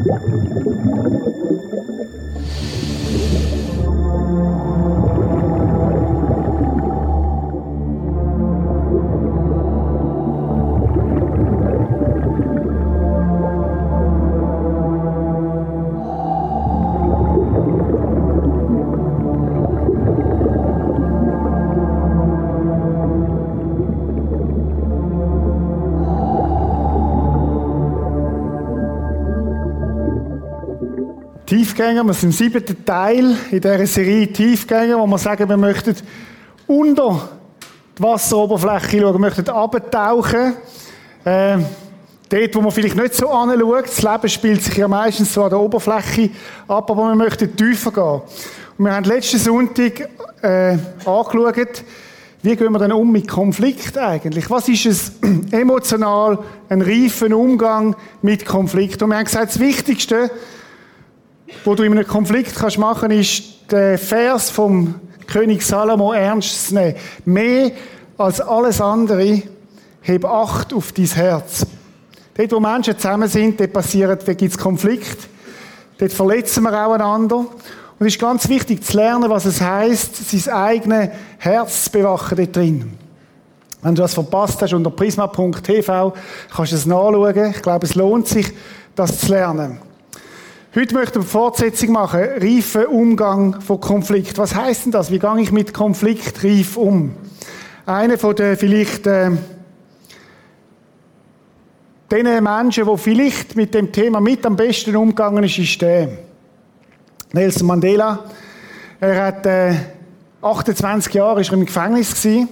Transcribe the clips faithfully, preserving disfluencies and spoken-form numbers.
Tiefgänger, wir sind im siebten Teil in dieser Serie Tiefgänger, wo wir sagen, wir möchten unter die Wasseroberfläche schauen, wir möchten abtauchen. Äh, dort, wo man vielleicht nicht so anschaut. Das Leben spielt sich ja meistens so an der Oberfläche ab, aber wir möchten tiefer gehen. Und wir haben letzten Sonntag äh, angeschaut, wie gehen wir denn um mit Konflikt eigentlich? Was ist es emotional, ein reifen Umgang mit Konflikt? Und wir haben gesagt, das Wichtigste, was du in einem Konflikt kannst machen, ist der Vers vom König Salomo ernst zu nehmen. Mehr als alles andere, heb Acht auf dein Herz. Dort, wo Menschen zusammen sind, dort passiert, dort gibt es Konflikt. Dort verletzen wir auch einander. Und es ist ganz wichtig zu lernen, was es heisst, sein eigenes Herz zu bewachen dort drin. Wenn du das verpasst hast, unter prisma punkt t v kannst du es nachschauen. Ich glaube, es lohnt sich, das zu lernen. Heute möchten wir eine Fortsetzung machen. Reifer Umgang von Konflikt. Was heisst denn das? Wie gehe ich mit Konflikt reif um? Einer von den vielleicht, äh, den Menschen, die vielleicht mit dem Thema mit am besten umgegangen ist, ist der Nelson Mandela. Er hat, äh, achtundzwanzig Jahre ist er im Gefängnis gewesen.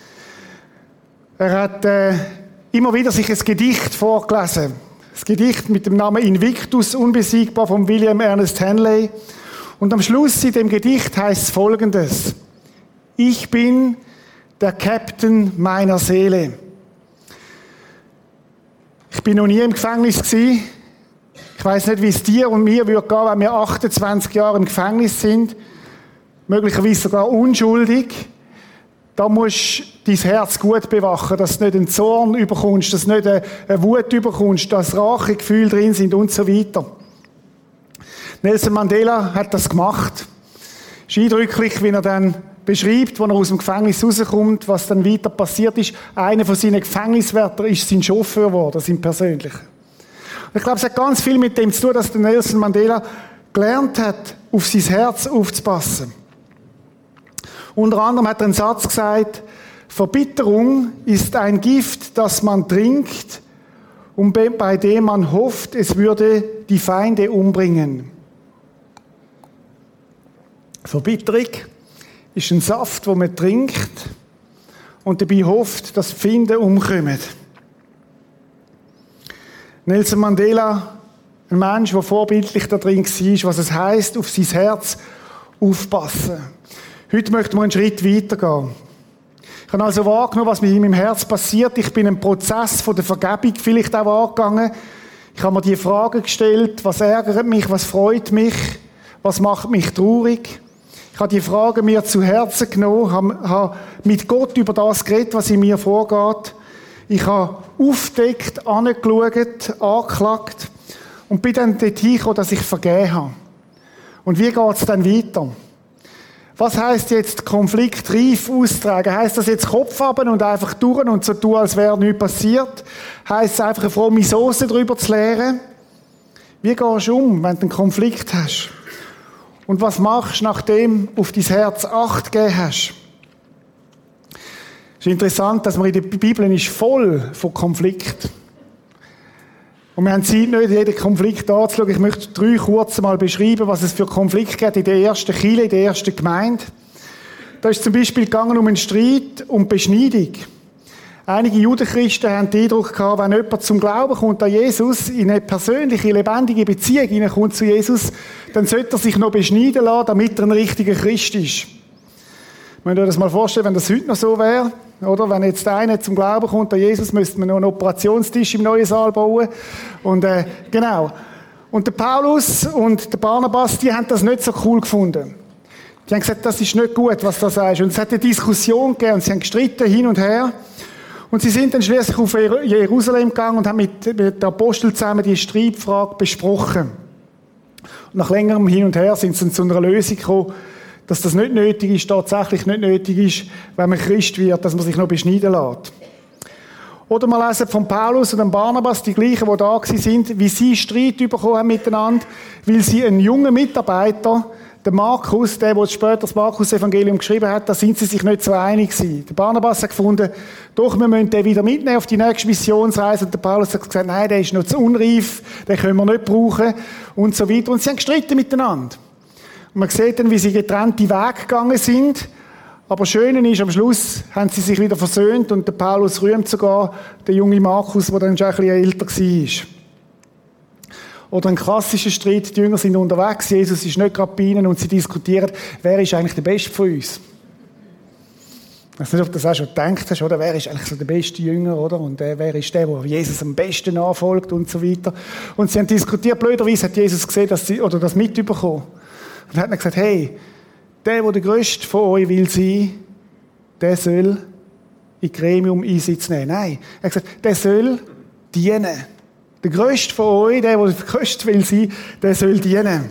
Er hat, äh, immer wieder sich ein Gedicht vorgelesen. Das Gedicht mit dem Namen Invictus, unbesiegbar, von William Ernest Henley. Und am Schluss in dem Gedicht heißt es Folgendes: Ich bin der Captain meiner Seele. Ich bin noch nie im Gefängnis gewesen. Ich weiss nicht, wie es dir und mir würde gehen, wenn wir achtundzwanzig Jahre im Gefängnis sind. Möglicherweise sogar unschuldig. Da musst du dein Herz gut bewachen, dass du nicht einen Zorn überkommst, dass du nicht eine Wut überkommst, dass Rachegefühle drin sind und so weiter. Nelson Mandela hat das gemacht. Es ist eindrücklich, wie er dann beschreibt, wenn er aus dem Gefängnis rauskommt, was dann weiter passiert ist. Einer von seinen Gefängniswärtern ist sein Chauffeur geworden, sein persönlicher. Und ich glaube, es hat ganz viel mit dem zu tun, dass der Nelson Mandela gelernt hat, auf sein Herz aufzupassen. Unter anderem hat er einen Satz gesagt: Verbitterung ist ein Gift, das man trinkt und bei dem man hofft, es würde die Feinde umbringen. Verbitterung ist ein Saft, den man trinkt und dabei hofft, dass die Feinde umkommen. Nelson Mandela, ein Mensch, der vorbildlich da drin war, was es heisst, auf sein Herz aufpassen. Heute möchten wir einen Schritt weitergehen. Ich habe also wahrgenommen, was mit meinem Herz passiert. Ich bin einen Prozess von der Vergebung vielleicht auch angegangen. Ich habe mir die Fragen gestellt: Was ärgert mich, was freut mich, was macht mich traurig? Ich habe die Fragen mir zu Herzen genommen, habe mit Gott über das geredet, was in mir vorgeht. Ich habe aufgedeckt, angeschaut, angeklagt und bin dann dorthin gekommen, dass ich vergeben habe. Und wie geht es dann weiter? Was heisst jetzt Konflikt reif austragen? Heisst das jetzt Kopf haben und einfach durch und so tun, als wäre nichts passiert? Heisst es einfach eine fromme Soße drüber zu leeren? Wie gehst du um, wenn du einen Konflikt hast? Und was machst du, nachdem du auf dein Herz Acht gegeben hast? Es ist interessant, dass man in der Bibel ist voll von Konflikt. Und wir haben Zeit, nicht jeden Konflikt anzuschauen. Ich möchte drei kurz mal beschreiben, was es für Konflikte gibt in der ersten Kirche, in der ersten Gemeinde. Da ist zum Beispiel gegangen um einen Streit und Beschneidung. Einige Judenchristen haben den Eindruck gehabt, wenn jemand zum Glauben kommt an Jesus, in eine persönliche, lebendige Beziehung hineinkommt zu Jesus, dann sollte er sich noch beschneiden lassen, damit er ein richtiger Christ ist. Wenn ihr euch das mal vorstellen, wenn das heute noch so wäre, oder? Wenn jetzt einer zum Glauben kommt an Jesus, müsste man noch einen Operationstisch im neuen Saal bauen. Und, äh, genau. Und der Paulus und der Barnabas, die haben das nicht so cool gefunden. Die haben gesagt, das ist nicht gut, was du sagst. Und es hat eine Diskussion gegeben und sie haben gestritten hin und her. Und sie sind dann schließlich auf Jerusalem gegangen und haben mit, mit den Aposteln zusammen die Streitfrage besprochen. Und nach längerem Hin und Her sind sie dann zu einer Lösung gekommen, dass das nicht nötig ist, tatsächlich nicht nötig ist, wenn man Christ wird, dass man sich noch beschneiden lässt. Oder wir lesen von Paulus und dem Barnabas, die gleichen, die da sind, wie sie Streit bekommen haben miteinander, weil sie einen jungen Mitarbeiter, der Markus, der, der später das Markus-Evangelium geschrieben hat, da sind sie sich nicht so einig gewesen. Der Barnabas hat gefunden, doch, wir müssen den wieder mitnehmen auf die nächste Missionsreise. Und der Paulus hat gesagt, nein, der ist noch zu unreif, den können wir nicht brauchen, und so weiter. Und sie haben gestritten miteinander. Und man sieht dann, wie sie getrennte Wege gegangen sind. Aber schön ist, am Schluss haben sie sich wieder versöhnt und der Paulus rühmt sogar den jungen Markus, der dann schon ein bisschen älter war. Oder ein klassischer Streit, die Jünger sind unterwegs, Jesus ist nicht gerade bei ihnen und sie diskutieren, wer ist eigentlich der Beste von uns? Ich weiß nicht, ob du das auch schon gedacht hast, oder? Wer ist eigentlich so der beste Jünger, oder? Und äh, wer ist der, der Jesus am besten nachfolgt und so weiter. Und sie haben diskutiert, blöderweise hat Jesus gesehen, dass sie, oder das mitbekommen. Und hat dann gesagt, hey, der, der der Größte von euch will sein, der soll in Gremium Einsitz nehmen. Nein, er hat gesagt, der soll dienen. Der Größte von euch, der, der der Größte will sein, der soll dienen.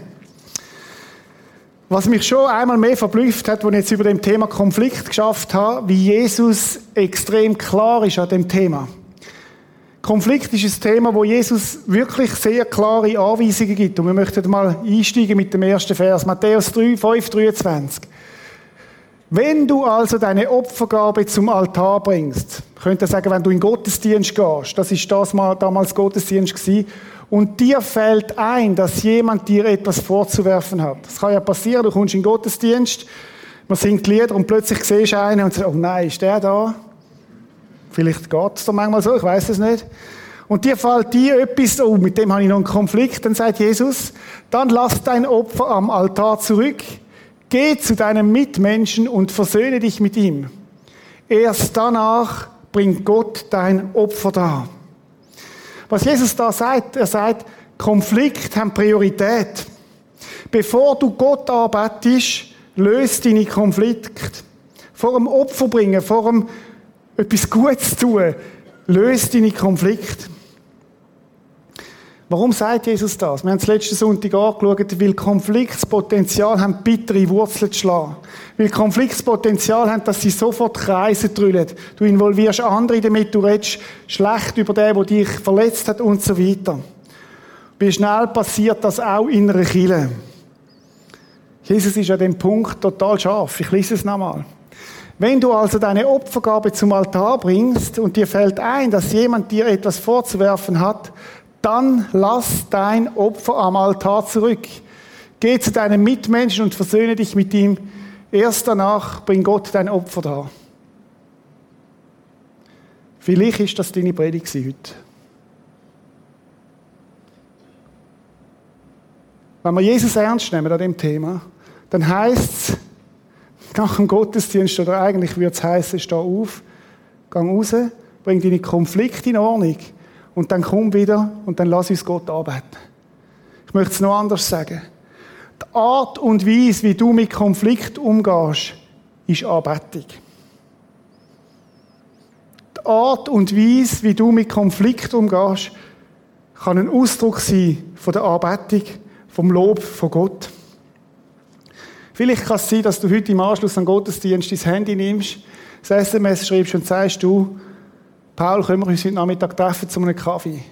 Was mich schon einmal mehr verblüfft hat, als ich jetzt über dem Thema Konflikt geschafft habe, wie Jesus extrem klar ist an dem Thema. Konflikt ist ein Thema, wo Jesus wirklich sehr klare Anweisungen gibt. Und wir möchten mal einsteigen mit dem ersten Vers, Matthäus fünf, dreiundzwanzig. Wenn du also deine Opfergabe zum Altar bringst, könnte ich sagen, wenn du in den Gottesdienst gehst, das ist das mal, damals Gottesdienst gewesen, und dir fällt ein, dass jemand dir etwas vorzuwerfen hat. Das kann ja passieren, du kommst in den Gottesdienst, man singt Lieder und plötzlich siehst du einen und sagst, oh nein, ist der da? Vielleicht geht es da manchmal so, ich weiß es nicht. Und dir fällt dir etwas, oh, mit dem habe ich noch einen Konflikt, dann sagt Jesus, dann lass dein Opfer am Altar zurück, geh zu deinem Mitmenschen und versöhne dich mit ihm. Erst danach bringt Gott dein Opfer dar. Was Jesus da sagt, er sagt, Konflikte haben Priorität. Bevor du Gott anbetest, löst deine Konflikte. Vor dem Opfer bringen, vor dem etwas Gutes tun, löst deine Konflikte. Warum sagt Jesus das? Wir haben es letzten Sonntag angeschaut, weil Konfliktpotenzial haben, bittere Wurzeln zu schlagen. Weil Konfliktpotenzial haben, dass sie sofort Kreise drüllen. Du involvierst andere damit, du redest schlecht über den, der dich verletzt hat und so weiter. Wie schnell passiert das auch in einer Kirche? Jesus ist an dem Punkt total scharf. Ich lese es nochmal. Wenn du also deine Opfergabe zum Altar bringst und dir fällt ein, dass jemand dir etwas vorzuwerfen hat, dann lass dein Opfer am Altar zurück. Geh zu deinem Mitmenschen und versöhne dich mit ihm. Erst danach bringt Gott dein Opfer dar. Vielleicht ist das deine Predigt heute. Wenn wir Jesus ernst nehmen an dem Thema, dann heisst es, nach dem Gottesdienst, oder eigentlich würde es heissen, steh auf, geh raus, bring deine Konflikte in Ordnung und dann komm wieder und dann lass uns Gott anbeten. Ich möchte es noch anders sagen. Die Art und Weise, wie du mit Konflikt umgehst, ist Anbetung. Die Art und Weise, wie du mit Konflikt umgehst, kann ein Ausdruck sein von der Anbetung, vom Lob von Gott. Vielleicht kann es sein, dass du heute im Anschluss an den Gottesdienst dein Handy nimmst, das S M S schreibst und sagst du, Paul, können wir uns heute Nachmittag treffen zu einem Kaffee?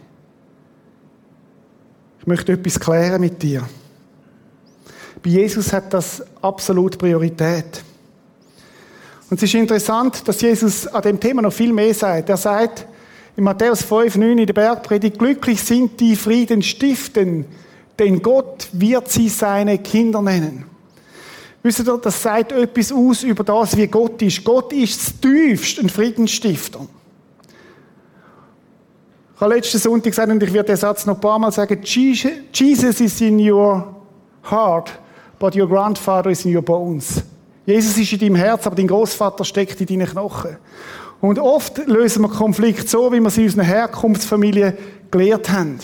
Ich möchte etwas klären mit dir. Bei Jesus hat das absolut Priorität. Und es ist interessant, dass Jesus an dem Thema noch viel mehr sagt. Er sagt in Matthäus fünf, neun in der Bergpredigt, glücklich sind die Frieden stiften, denn Gott wird sie seine Kinder nennen. Wisst ihr, das sagt etwas aus über das, wie Gott ist. Gott ist tiefst ein Friedensstifter. Ich habe letzten Sonntag gesagt, und ich werde den Satz noch ein paar Mal sagen, Jesus is in your heart, but your grandfather is in your bones. Jesus ist in deinem Herz, aber dein Großvater steckt in deinen Knochen. Und oft lösen wir Konflikte so, wie wir sie in unserer Herkunftsfamilie gelehrt haben.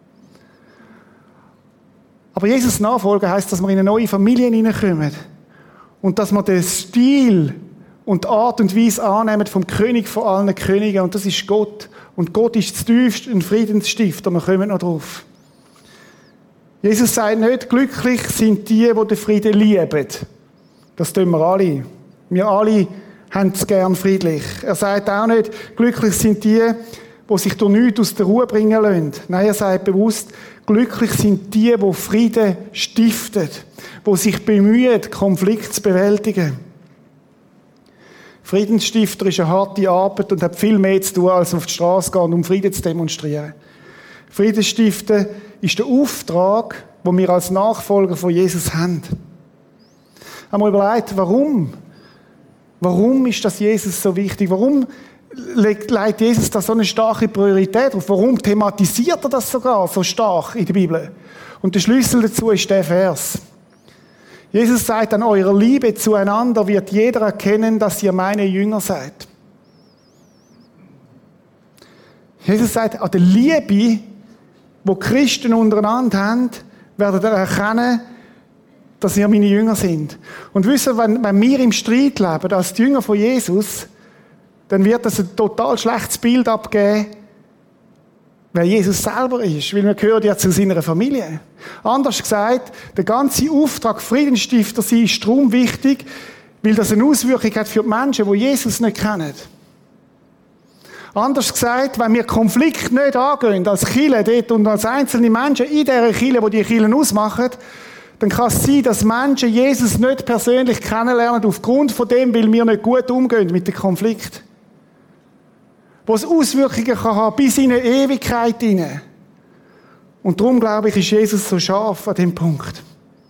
Aber Jesus nachfolgen heisst, dass wir in eine neue Familie hineinkommen. Und dass wir den Stil und die Art und Weise annehmen vom König von allen Königen. Und das ist Gott. Und Gott ist zutiefst ein Friedensstifter. Wir kommen noch drauf. Jesus sagt nicht, glücklich sind die, die den Frieden lieben. Das tun wir alle. Wir alle haben es gern friedlich. Er sagt auch nicht, glücklich sind die, die sich durch nichts aus der Ruhe bringen lassen. Nein, er sagt bewusst, glücklich sind die, die Frieden stiften, die sich bemühen, Konflikte zu bewältigen. Friedensstifter ist eine harte Arbeit und hat viel mehr zu tun, als auf die Straße gehen, um Frieden zu demonstrieren. Friedensstiften ist der Auftrag, den wir als Nachfolger von Jesus haben. Haben wir überlegt, warum? Warum ist das Jesus so wichtig? Warum legt Jesus da so eine starke Priorität auf? Warum thematisiert er das sogar so stark in der Bibel? Und der Schlüssel dazu ist der Vers. Jesus sagt, an eurer Liebe zueinander wird jeder erkennen, dass ihr meine Jünger seid. Jesus sagt, an der Liebe, die Christen untereinander haben, werdet ihr erkennen, dass ihr meine Jünger sind. Und wissen, wenn, wenn wir im Streit leben, als die Jünger von Jesus, dann wird das ein total schlechtes Bild abgeben, wer Jesus selber ist, weil wir gehören ja zu seiner Familie. Anders gesagt, der ganze Auftrag, Friedensstifter sein, ist darum wichtig, weil das eine Auswirkung hat für die Menschen, die Jesus nicht kennen. Anders gesagt, wenn wir Konflikte nicht angehen, als Kirche dort und als einzelne Menschen in dieser Kirche, die die Kirchen ausmachen, dann kann es sein, dass Menschen Jesus nicht persönlich kennenlernen, aufgrund von dem, weil wir nicht gut umgehen mit dem Konflikt. Wo es Auswirkungen kann haben bis in eine Ewigkeit hinein. Und darum, glaube ich, ist Jesus so scharf an dem Punkt.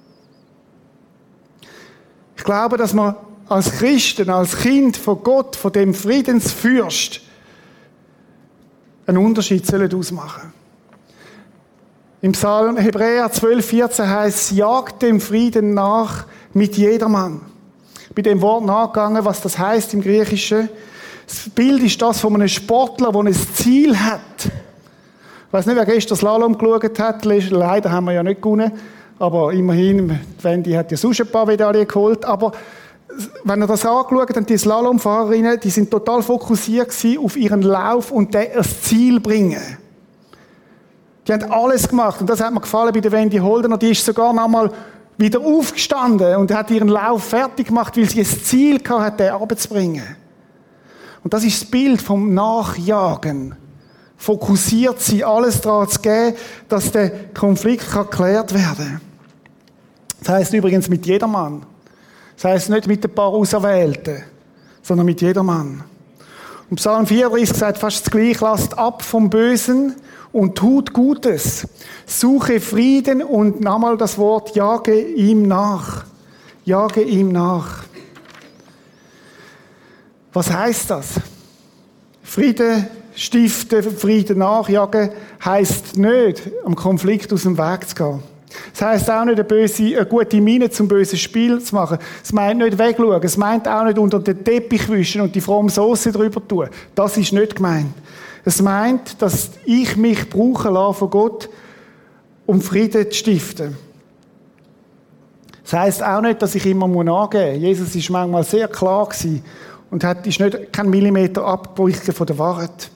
Ich glaube, dass man als Christen, als Kind von Gott, von dem Friedensfürst, einen Unterschied sollen ausmachen. Im Psalm Hebräer zwölf, vierzehn heißt es, jagt dem Frieden nach mit jedermann. Ich bin dem Wort nachgegangen, was das heißt im Griechischen. Das Bild ist das von einem Sportler, der ein Ziel hat. Ich weiss nicht, wer gestern Slalom geschaut hat. Leider haben wir ja nicht gewonnen. Aber immerhin, Wendy hat ja sonst ein paar Medaillen geholt. Aber wenn ihr das angeschaut habt, die Slalomfahrerinnen, die sind total fokussiert auf ihren Lauf und das Ziel bringen. Die haben alles gemacht. Und das hat mir gefallen bei der Wendy Holdener. Die ist sogar noch mal wieder aufgestanden und hat ihren Lauf fertig gemacht, weil sie ein Ziel hatte, den abzubringen. Und das ist das Bild vom Nachjagen. Fokussiert sie, alles daran zu geben, dass der Konflikt geklärt werden kann. Das heisst übrigens mit jedermann. Das heisst nicht mit ein paar Auserwählten, sondern mit jedermann. Und Psalm vierunddreißig sagt fast das Gleiche. Lasst ab vom Bösen und tut Gutes. Suche Frieden und nochmal das Wort, jage ihm nach. Jage ihm nach. Was heißt das? Frieden stiften, Frieden nachjagen, heisst nicht, am Konflikt aus dem Weg zu gehen. Das heisst auch nicht, eine, böse, eine gute Miene zum bösen Spiel zu machen. Es meint nicht wegschauen. Es meint auch nicht unter den Teppich wischen und die fromme Sauce drüber tun. Das ist nicht gemeint. Es meint, dass ich mich brauchen lasse von Gott, um Frieden zu stiften. Das heisst auch nicht, dass ich immer angeben muss. Jesus war manchmal sehr klar gewesen und hat, ist nicht kein Millimeter abgewichen von der Wahrheit.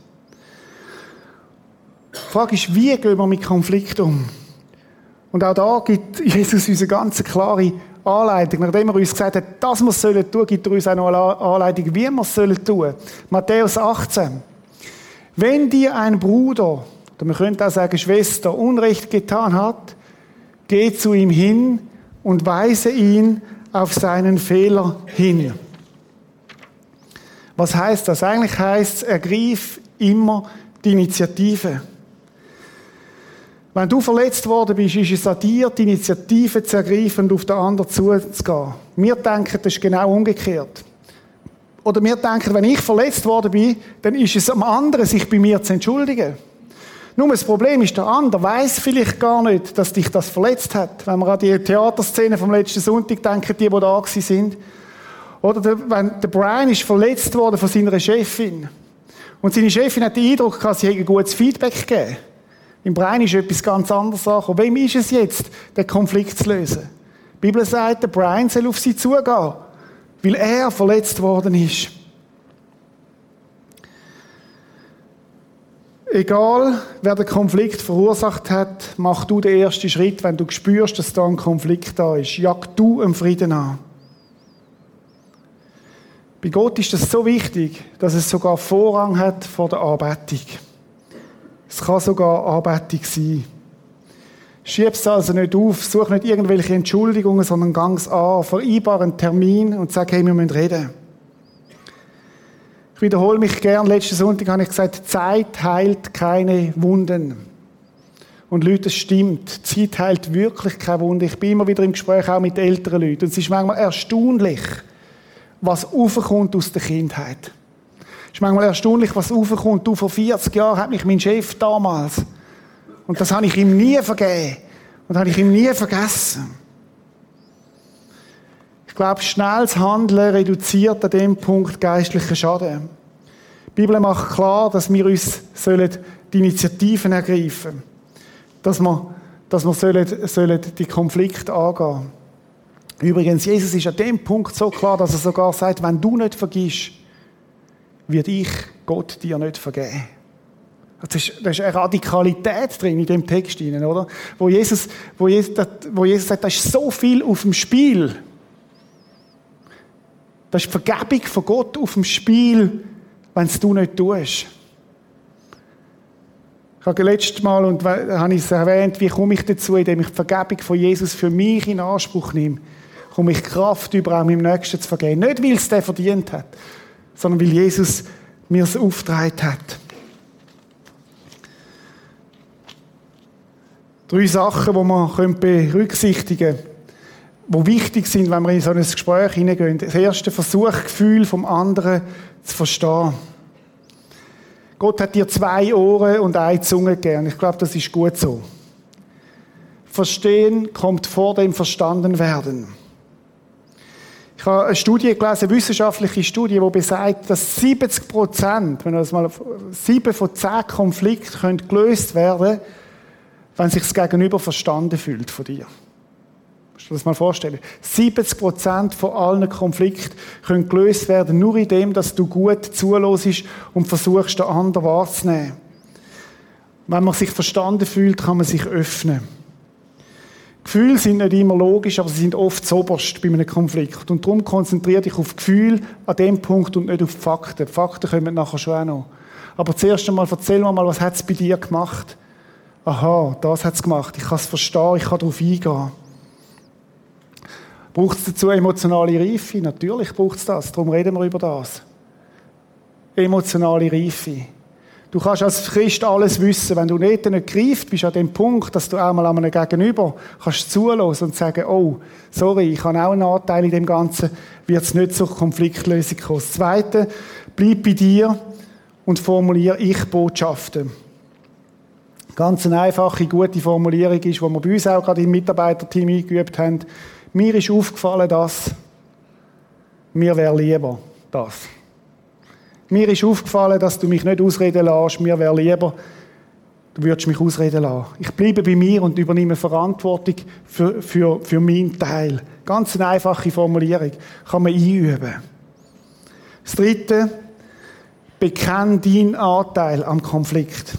Die Frage ist, wie gehen wir mit Konflikten um? Und auch da gibt Jesus uns eine ganz klare Anleitung. Nachdem er uns gesagt hat, dass wir es tun sollen, gibt er uns auch noch eine Anleitung, wie wir es tun sollen. Matthäus achtzehn. Wenn dir ein Bruder, oder man könnte auch sagen Schwester, Unrecht getan hat, geh zu ihm hin und weise ihn auf seinen Fehler hin. Was heißt das? Eigentlich heißt es, ergreif immer die Initiative. Wenn du verletzt worden bist, ist es an dir, die Initiative zu ergreifen und auf den anderen zuzugehen. Wir denken, das ist genau umgekehrt. Oder wir denken, wenn ich verletzt worden bin, dann ist es am anderen, sich bei mir zu entschuldigen. Nur das Problem ist, der andere weiss vielleicht gar nicht, dass dich das verletzt hat. Wenn wir an die Theaterszene vom letzten Sonntag denken, die, die da sind. Oder der, wenn der Brian ist verletzt worden von seiner Chefin. Und seine Chefin hat den Eindruck gehabt, sie hätte ein gutes Feedback gegeben. Im Brian ist etwas ganz anderes angekommen. Wem ist es jetzt, den Konflikt zu lösen? Die Bibel sagt, der Brian soll auf sie zugehen. weil er verletzt worden ist. Egal, wer den Konflikt verursacht hat, mach du den ersten Schritt, wenn du spürst, dass da ein Konflikt da ist. Jag du einen Frieden an. Bei Gott ist das so wichtig, dass es sogar Vorrang hat vor der Anbetung. Es kann sogar Anbetung sein. Schieb es also nicht auf, such nicht irgendwelche Entschuldigungen, sondern gang es an, vereinbar einen Termin und sag, hey, wir müssen reden. Ich wiederhole mich gern. Letzten Sonntag habe ich gesagt, Zeit heilt keine Wunden. Und Leute, es stimmt. Zeit heilt wirklich keine Wunden. Ich bin immer wieder im Gespräch auch mit älteren Leuten. Und es ist manchmal erstaunlich, was raufkommt aus der Kindheit. Es ist manchmal erstaunlich, was raufkommt. Du, vor vierzig Jahren hat mich mein Chef damals. Und das habe ich ihm nie vergeben. Und das habe ich ihm nie vergessen. Ich glaube, schnelles Handeln reduziert an dem Punkt geistlichen Schaden. Die Bibel macht klar, dass wir uns sollen die Initiativen ergreifen sollen. Dass wir, dass wir sollen, sollen die Konflikte angehen. Übrigens, Jesus ist an dem Punkt so klar, dass er sogar sagt, wenn du nicht vergisst, wird ich Gott dir nicht vergeben. Da ist, da ist eine Radikalität drin in dem Text, oder? Wo Jesus, wo Jesus, wo Jesus sagt, da ist so viel auf dem Spiel. Da ist die Vergebung von Gott auf dem Spiel, wenn es du nicht tust. Ich habe letztes Mal, und habe ich es erwähnt, wie komme ich dazu, indem ich die Vergebung von Jesus für mich in Anspruch nehme, komme ich Kraft über, auch meinem Nächsten zu vergeben. Nicht, weil es der verdient hat, sondern weil Jesus mir es aufgetragen hat. Drei Sachen, die man berücksichtigen können, die wichtig sind, wenn wir in so ein Gespräch hineingehen. Das erste, Versuch, Gefühl vom anderen zu verstehen. Gott hat dir zwei Ohren und eine Zunge gegeben. Ich glaube, das ist gut so. Verstehen kommt vor dem Verstandenwerden. Ich habe eine Studie gelesen, eine wissenschaftliche Studie, die besagt, dass siebzig Prozent, wenn wir das mal auf sieben von zehn Konflikten gelöst werden können, wenn sich das Gegenüber verstanden fühlt von dir. Musst du dir das mal vorstellen? siebzig Prozent von allen Konflikten können gelöst werden, nur in dem, dass du gut zuhörst und versuchst, den anderen wahrzunehmen. Wenn man sich verstanden fühlt, kann man sich öffnen. Gefühle sind nicht immer logisch, aber sie sind oft das Oberste bei einem Konflikt. Und darum konzentriere dich auf Gefühl an dem Punkt und nicht auf die Fakten. Die Fakten kommen nachher schon auch noch. Aber zuerst einmal, erzähl mir mal, was hat es bei dir gemacht? Aha, das hat es gemacht. Ich kann es verstehen, ich kann darauf eingehen. Braucht es dazu emotionale Reife? Natürlich braucht es das. Darum reden wir über das. Emotionale Reife. Du kannst als Christ alles wissen. Wenn du nicht greift bist an dem Punkt, dass du auch mal an einem Gegenüber kannst zuhören und sagen, oh, sorry, ich habe auch einen Anteil in dem Ganzen, wird es nicht zur Konfliktlösung kommen. Das Zweite, bleib bei dir und formuliere Ich-Botschaften. Ganz eine einfache, gute Formulierung ist, die wir bei uns auch gerade im Mitarbeiterteam eingeübt haben. Mir ist aufgefallen, dass mir wäre lieber das. Mir ist aufgefallen, dass du mich nicht ausreden lässt. Mir wäre lieber, du würdest mich ausreden lassen. Ich bleibe bei mir und übernehme Verantwortung für, für, für meinen Teil. Ganz eine einfache Formulierung. Kann man einüben. Das Dritte, bekenn deinen Anteil am Konflikt.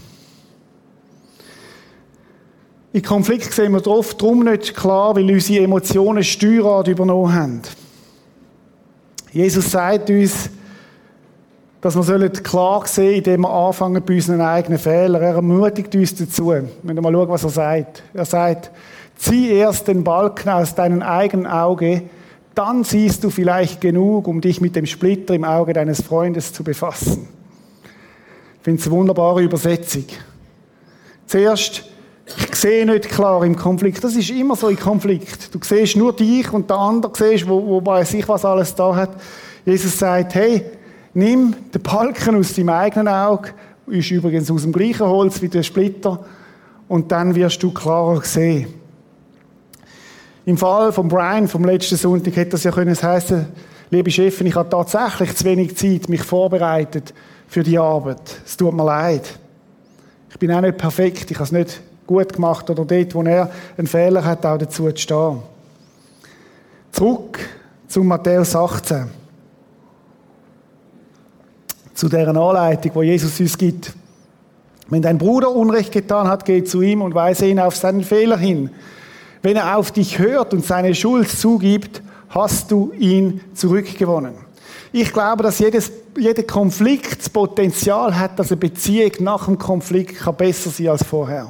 In Konflikt sehen wir oft darum nicht klar, weil unsere Emotionen Steuerrad übernommen haben. Jesus sagt uns, dass wir klar sehen sollen, indem wir anfangen bei unseren eigenen Fehlern. Er ermutigt uns dazu. Wir müssen mal schauen, was er sagt. Er sagt, zieh erst den Balken aus deinem eigenen Auge, dann siehst du vielleicht genug, um dich mit dem Splitter im Auge deines Freundes zu befassen. Ich finde es eine wunderbare Übersetzung. Zuerst, ich sehe nicht klar im Konflikt. Das ist immer so im Konflikt. Du siehst nur dich und der andere siehst, wo, wo weiß ich, was alles da hat. Jesus sagt, hey, nimm den Balken aus deinem eigenen Auge, ist übrigens aus dem gleichen Holz wie der Splitter, und dann wirst du klarer sehen. Im Fall von Brian vom letzten Sonntag hätte das ja können heissen, liebe Chefin, ich habe tatsächlich zu wenig Zeit, mich vorbereitet für die Arbeit. Es tut mir leid. Ich bin auch nicht perfekt, ich habe es nicht gut gemacht oder dort, wo er einen Fehler hat, auch dazu zu stehen. Zurück zu Matthäus achtzehn. Zu deren Anleitung, wo Jesus uns gibt. Wenn dein Bruder Unrecht getan hat, geh zu ihm und weise ihn auf seinen Fehler hin. Wenn er auf dich hört und seine Schuld zugibt, hast du ihn zurückgewonnen. Ich glaube, dass jedes, jeder Konflikt das Potenzial hat, dass eine Beziehung nach dem Konflikt kann besser sein als vorher.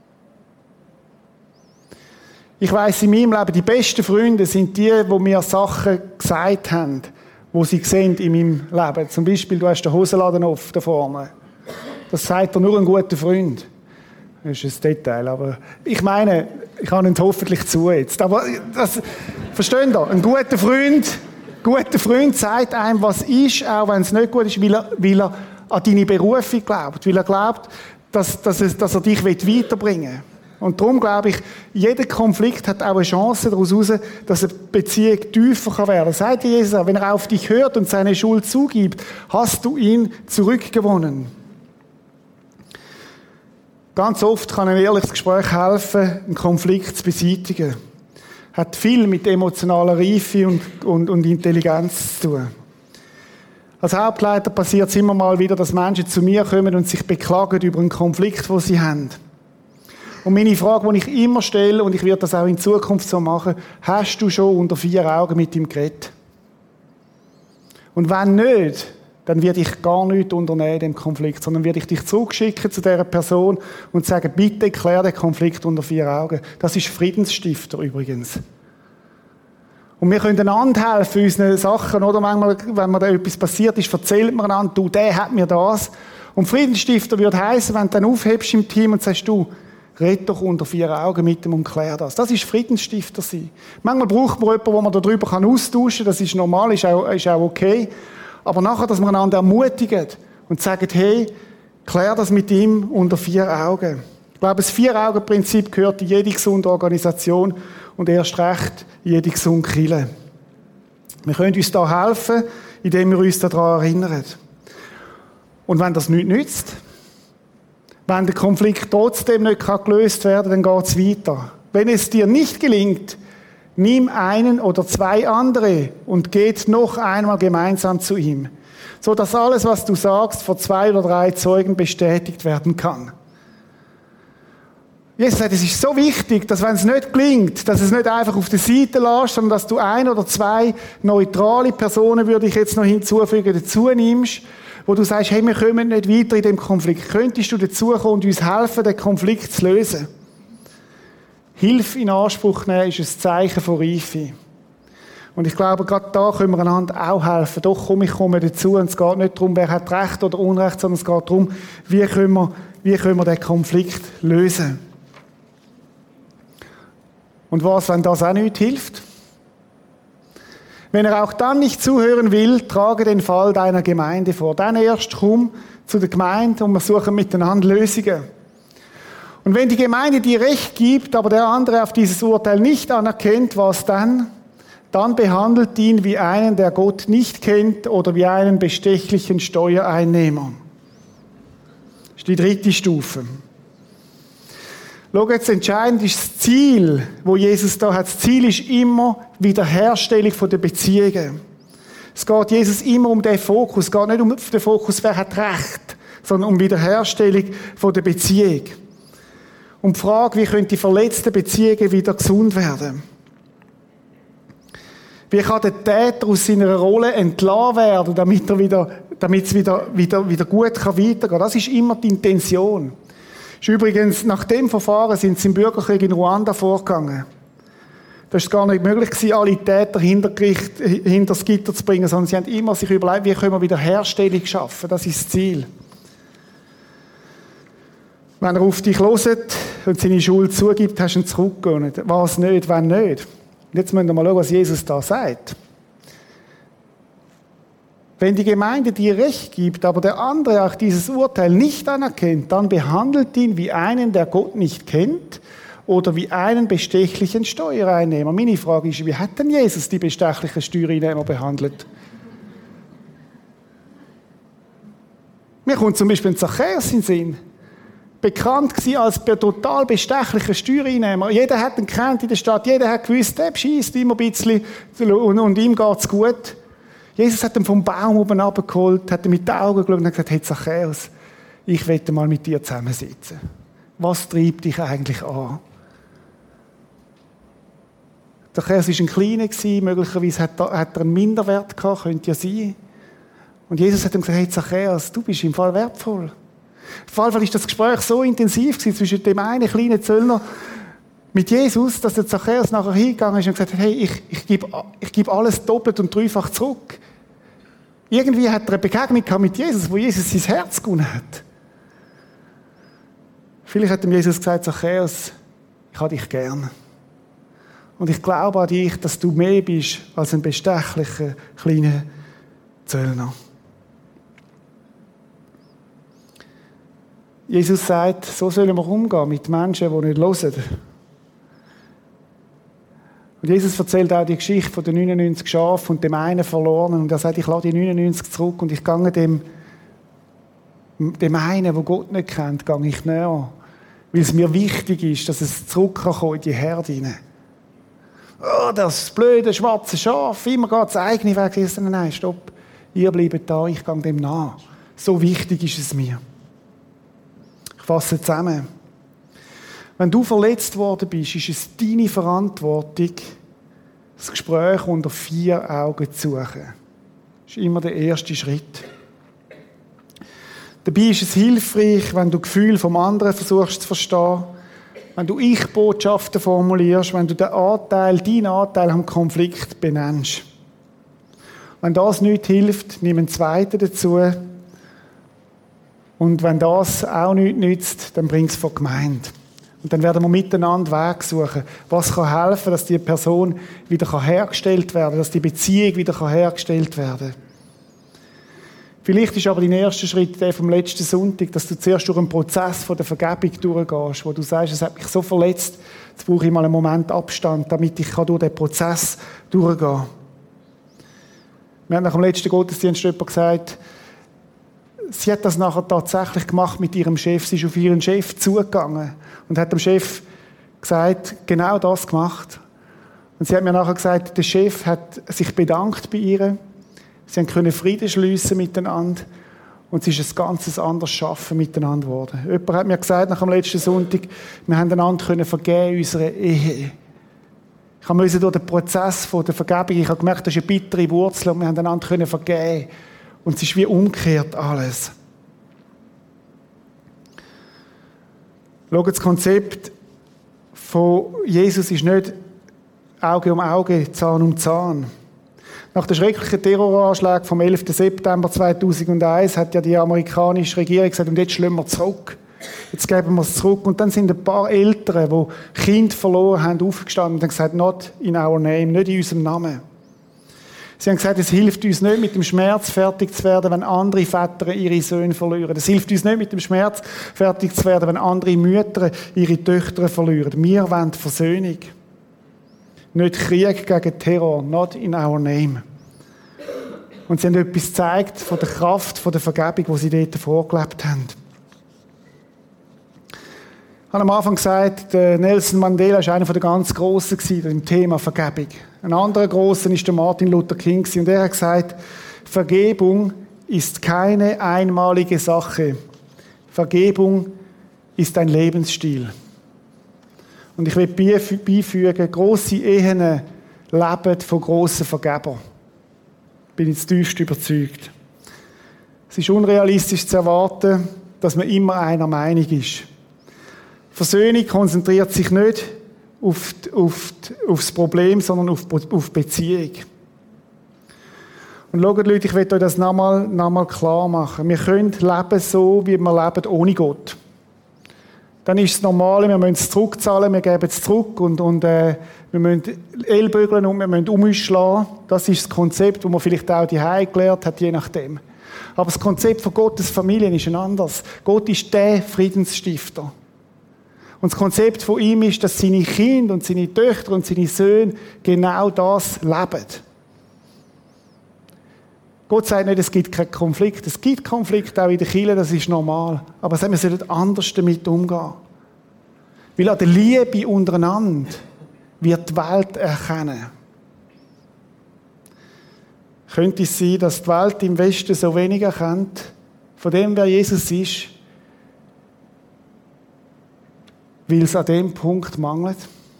Ich weiss in meinem Leben, die besten Freunde sind die, die mir Sachen gesagt haben, die sie sehen in meinem Leben. Zum Beispiel, du hast den Hosenladen auf da vorne. Das sagt dir nur ein guter Freund. Das ist ein Detail, aber ich meine, ich habe ihn hoffentlich zu jetzt. Aber das, versteht ihr? Ein guter Freund, guter Freund sagt einem, was ist, auch wenn es nicht gut ist, weil er, weil er an deine Berufung glaubt, weil er glaubt, dass, dass, es, dass er dich weiterbringen will. Und darum glaube ich, jeder Konflikt hat auch eine Chance daraus heraus, dass eine Beziehung tiefer werden kann. Sagt Jesus auch, wenn er auf dich hört und seine Schuld zugibt, hast du ihn zurückgewonnen. Ganz oft kann ein ehrliches Gespräch helfen, einen Konflikt zu beseitigen. Hat viel mit emotionaler Reife und, und, und Intelligenz zu tun. Als Hauptleiter passiert es immer mal wieder, dass Menschen zu mir kommen und sich beklagen über einen Konflikt, den sie haben. Und meine Frage, die ich immer stelle, und ich werde das auch in Zukunft so machen, hast du schon unter vier Augen mit ihm geredet? Und wenn nicht, dann werde ich gar nichts unternehmen in dem Konflikt, sondern werde ich dich zurückschicken zu dieser Person und sagen, bitte klär den Konflikt unter vier Augen. Das ist Friedensstifter übrigens. Und wir können einander helfen, unseren Sachen, oder manchmal, wenn mir da etwas passiert ist, erzählt man einander, du, der hat mir das. Und Friedensstifter würde heißen, wenn du dann aufhebst im Team und sagst, du, red doch unter vier Augen mit ihm und klär das. Das ist Friedensstifter sein. Manchmal braucht man jemanden, wo man darüber austauschen kann, das ist normal, ist auch, ist auch okay. Aber nachher, dass wir einander ermutigen und sagen, hey, klär das mit ihm unter vier Augen. Ich glaube, das Vier-Augen-Prinzip gehört in jede gesunde Organisation und erst recht in jede gesunde Kirche. Wir können uns da helfen, indem wir uns daran erinnern. Und wenn das nichts nützt, wenn der Konflikt trotzdem nicht gelöst werden kann, dann geht es weiter. Wenn es dir nicht gelingt, nimm einen oder zwei andere und geht noch einmal gemeinsam zu ihm, so dass alles, was du sagst, vor zwei oder drei Zeugen bestätigt werden kann. Jesus sagt, es ist so wichtig, dass wenn es nicht gelingt, dass es nicht einfach auf der Seite lässt, sondern dass du ein oder zwei neutrale Personen, würde ich jetzt noch hinzufügen, dazu nimmst, wo du sagst, hey, wir kommen nicht weiter in dem Konflikt. Könntest du dazukommen und uns helfen, den Konflikt zu lösen? Hilfe in Anspruch nehmen ist ein Zeichen von Reife. Und ich glaube, gerade da können wir einander auch helfen. Doch, komm, ich komme dazu. Und es geht nicht darum, wer hat Recht oder Unrecht, sondern es geht darum, wie können wir, wie können wir den Konflikt lösen. Und was, wenn das auch nicht hilft? Wenn er auch dann nicht zuhören will, trage den Fall deiner Gemeinde vor. Dann erst komm zu der Gemeinde und wir suchen miteinander Lösungen. Und wenn die Gemeinde dir Recht gibt, aber der andere auf dieses Urteil nicht anerkennt, was dann? Dann behandelt ihn wie einen, der Gott nicht kennt oder wie einen bestechlichen Steuereinnehmer. Das ist die dritte Stufe. Schau, jetzt entscheidend ist das Ziel, wo Jesus da hat. Das Ziel ist immer Wiederherstellung der Beziehungen. Es geht Jesus immer um den Fokus. Es geht nicht um den Fokus, wer hat Recht, sondern um Wiederherstellung der Beziehung. Um die Frage, wie können die verletzten Beziehungen wieder gesund werden? Wie kann der Täter aus seiner Rolle entlassen werden, damit er wieder, damit es wieder, wieder, wieder gut kann weitergehen kann? Das ist immer die Intention. Ist übrigens, nach dem Verfahren sind sie im Bürgerkrieg in Ruanda vorgegangen. Das ist gar nicht möglich gewesen, alle Täter hinter Gericht, hinter das Gitter zu bringen, sondern sie haben immer sich überlegt, wie können wir wieder Herstellung schaffen? Das ist das Ziel. Wenn er auf dich hört und seine Schuld zugibt, hast du ihn zurückgegeben. Was nicht, wenn nicht. Und jetzt müssen wir mal schauen, was Jesus da sagt. Wenn die Gemeinde dir Recht gibt, aber der andere auch dieses Urteil nicht anerkennt, dann behandelt ihn wie einen, der Gott nicht kennt, oder wie einen bestechlichen Steuereinnehmer. Meine Frage ist, wie hat denn Jesus die bestechlichen Steuereinnehmer behandelt? Mir kommt zum Beispiel ein Zachäus in den Sinn. bekannt gewesen als total bestechlicher Steuereinnehmer. Jeder hat ihn gekannt in der Stadt, jeder hat gewusst, der bescheisst immer ein bisschen und, und ihm geht's gut. Jesus hat ihn vom Baum oben runtergeholt, hat ihm mit den Augen geschaut und hat gesagt, hey Zachäus, ich möchte mal mit dir zusammensitzen. Was treibt dich eigentlich an? Zachäus war ein Kleiner, möglicherweise hat er, hat er einen Minderwert gehabt, könnte ja sein. Und Jesus hat ihm gesagt, hey Zachäus, du bist im Fall wertvoll. Im Fall war das Gespräch so intensiv gewesen zwischen dem einen kleinen Zöllner mit Jesus, dass der Zachäus nachher hingegangen ist und gesagt hat, hey, ich, ich gebe ich gebe alles doppelt und dreifach zurück. Irgendwie hat er eine Begegnung gehabt mit Jesus, wo Jesus sein Herz gewonnen hat. Vielleicht hat ihm Jesus gesagt, Zachäus, ich habe dich gern. Und ich glaube an dich, dass du mehr bist als ein bestechlicher kleiner Zöllner. Jesus sagt, so sollen wir umgehen mit Menschen, die nicht hören. Und Jesus erzählt auch die Geschichte von den neunundneunzig Schafen und dem einen Verlorenen. Und er sagt, ich lade die neunundneunzig zurück und ich gehe dem, dem einen, der Gott nicht kennt, gehe ich näher. Weil es mir wichtig ist, dass es zurückkommt in die Herde hinein. Oh, das blöde, schwarze Schaf, immer geht das eigene Weg. Jesus sagt, nein, stopp, ihr bleibt da, ich gehe dem nach. So wichtig ist es mir. Ich fasse zusammen. Wenn du verletzt worden bist, ist es deine Verantwortung, das Gespräch unter vier Augen zu suchen. Das ist immer der erste Schritt. Dabei ist es hilfreich, wenn du Gefühle vom anderen versuchst zu verstehen, wenn du Ich-Botschaften formulierst, wenn du den Anteil, deinen Anteil am Konflikt benennst. Wenn das nicht hilft, nimm einen zweiten dazu. Und wenn das auch nichts nützt, dann bring es vor die Gemeinde. Und dann werden wir miteinander Wege suchen. Was kann helfen, dass die Person wieder hergestellt werden kann, dass die Beziehung wieder hergestellt werden kann. Vielleicht ist aber dein erster Schritt der vom letzten Sonntag, dass du zuerst durch einen Prozess von der Vergebung durchgehst, wo du sagst, es hat mich so verletzt, jetzt brauche ich mal einen Moment Abstand, damit ich durch den Prozess durchgehen kann. Wir haben nach dem letzten Gottesdienst jemand gesagt, sie hat das nachher tatsächlich gemacht mit ihrem Chef. Sie ist auf ihren Chef zugegangen und hat dem Chef gesagt, genau das gemacht. Und sie hat mir nachher gesagt, der Chef hat sich bedankt bei ihr. Sie können Frieden schliessen miteinander. Und es ist ein ganz anderes Schaffen miteinander geworden. Jemand hat mir gesagt, nach dem letzten Sonntag, wir haben einander können vergeben in unserer Ehe. Ich musste durch den Prozess von der Vergebung, ich habe gemerkt, das ist eine bittere Wurzel und wir haben einander können vergeben. Und es ist wie umgekehrt alles. Schau, das Konzept von Jesus ist nicht Auge um Auge, Zahn um Zahn. Nach den schrecklichen Terroranschlägen vom elften September zweitausendeins hat ja die amerikanische Regierung gesagt, und jetzt schlagen wir zurück. Jetzt geben wir es zurück. Und dann sind ein paar Eltern, die Kinder verloren haben, aufgestanden und haben gesagt, not in our name, nicht in unserem Namen. Sie haben gesagt, es hilft uns nicht, mit dem Schmerz fertig zu werden, wenn andere Väter ihre Söhne verlieren. Es hilft uns nicht, mit dem Schmerz fertig zu werden, wenn andere Mütter ihre Töchter verlieren. Wir wollen Versöhnung. Nicht Krieg gegen Terror, not in our name. Und sie haben etwas gezeigt von der Kraft, von der Vergebung, die sie dort vorgelebt haben. Ich habe am Anfang gesagt, Nelson Mandela war einer der ganz Grossen im Thema Vergebung. Ein anderer Grosser war der Martin Luther King und er hat gesagt, Vergebung ist keine einmalige Sache. Vergebung ist ein Lebensstil. Und ich will beifügen, grosse Ehen leben von grossen Vergebern. Bin ich zutiefst überzeugt. Es ist unrealistisch zu erwarten, dass man immer einer Meinung ist. Versöhnung konzentriert sich nicht auf, die, auf, die, auf das Problem, sondern auf, auf Beziehung. Und schaut, Leute, ich will euch das nochmal noch mal klar machen. Wir können leben so, wie wir leben, ohne Gott. Dann ist es normal, wir müssen es zurückzahlen, wir geben es zurück und, und äh, wir müssen Ellbögeln und wir müssen um uns schlagen. Das ist das Konzept, das man vielleicht auch die Hause gelernt hat, je nachdem. Aber das Konzept von Gottes Familien ist ein anderes. Gott ist der Friedensstifter. Und das Konzept von ihm ist, dass seine Kinder und seine Töchter und seine Söhne genau das leben. Gott sagt nicht, es gibt keinen Konflikt. Es gibt Konflikte auch in der Kirche, das ist normal. Aber wir sollten anders damit umgehen. Weil an der Liebe untereinander wird die Welt erkennen. Könnte es sein, dass die Welt im Westen so wenig erkennt, von dem, wer Jesus ist, weil es an dem Punkt mangelt?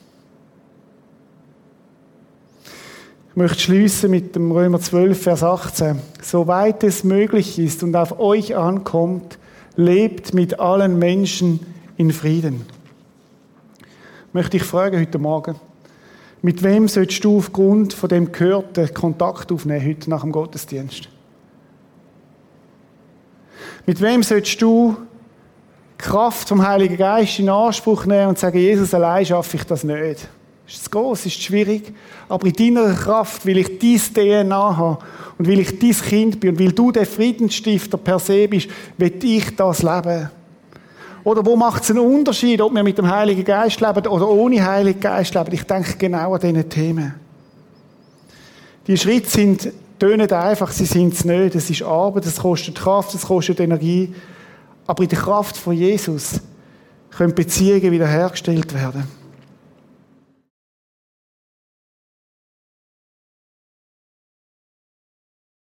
Ich möchte schließen mit dem Römer zwölf, Vers achtzehn. Soweit es möglich ist und auf euch ankommt, lebt mit allen Menschen in Frieden. Möchte ich fragen heute Morgen, mit wem solltest du aufgrund von dem Gehörten Kontakt aufnehmen heute nach dem Gottesdienst? Mit wem solltest du die Kraft vom Heiligen Geist in Anspruch nehmen und sagen, Jesus, allein schaffe ich das nicht? Ist es groß, ist es schwierig, aber in deiner Kraft, weil ich dein D N A habe und weil ich dein Kind bin und weil du der Friedensstifter per se bist, will ich das leben. Oder wo macht es einen Unterschied, ob wir mit dem Heiligen Geist leben oder ohne Heiligen Geist leben? Ich denke genau an diese Themen. Die Schritte sind, tönen einfach, sie sind es nicht. Es ist Arbeit, es kostet Kraft, es kostet Energie. Aber in der Kraft von Jesus können Beziehungen wiederhergestellt werden.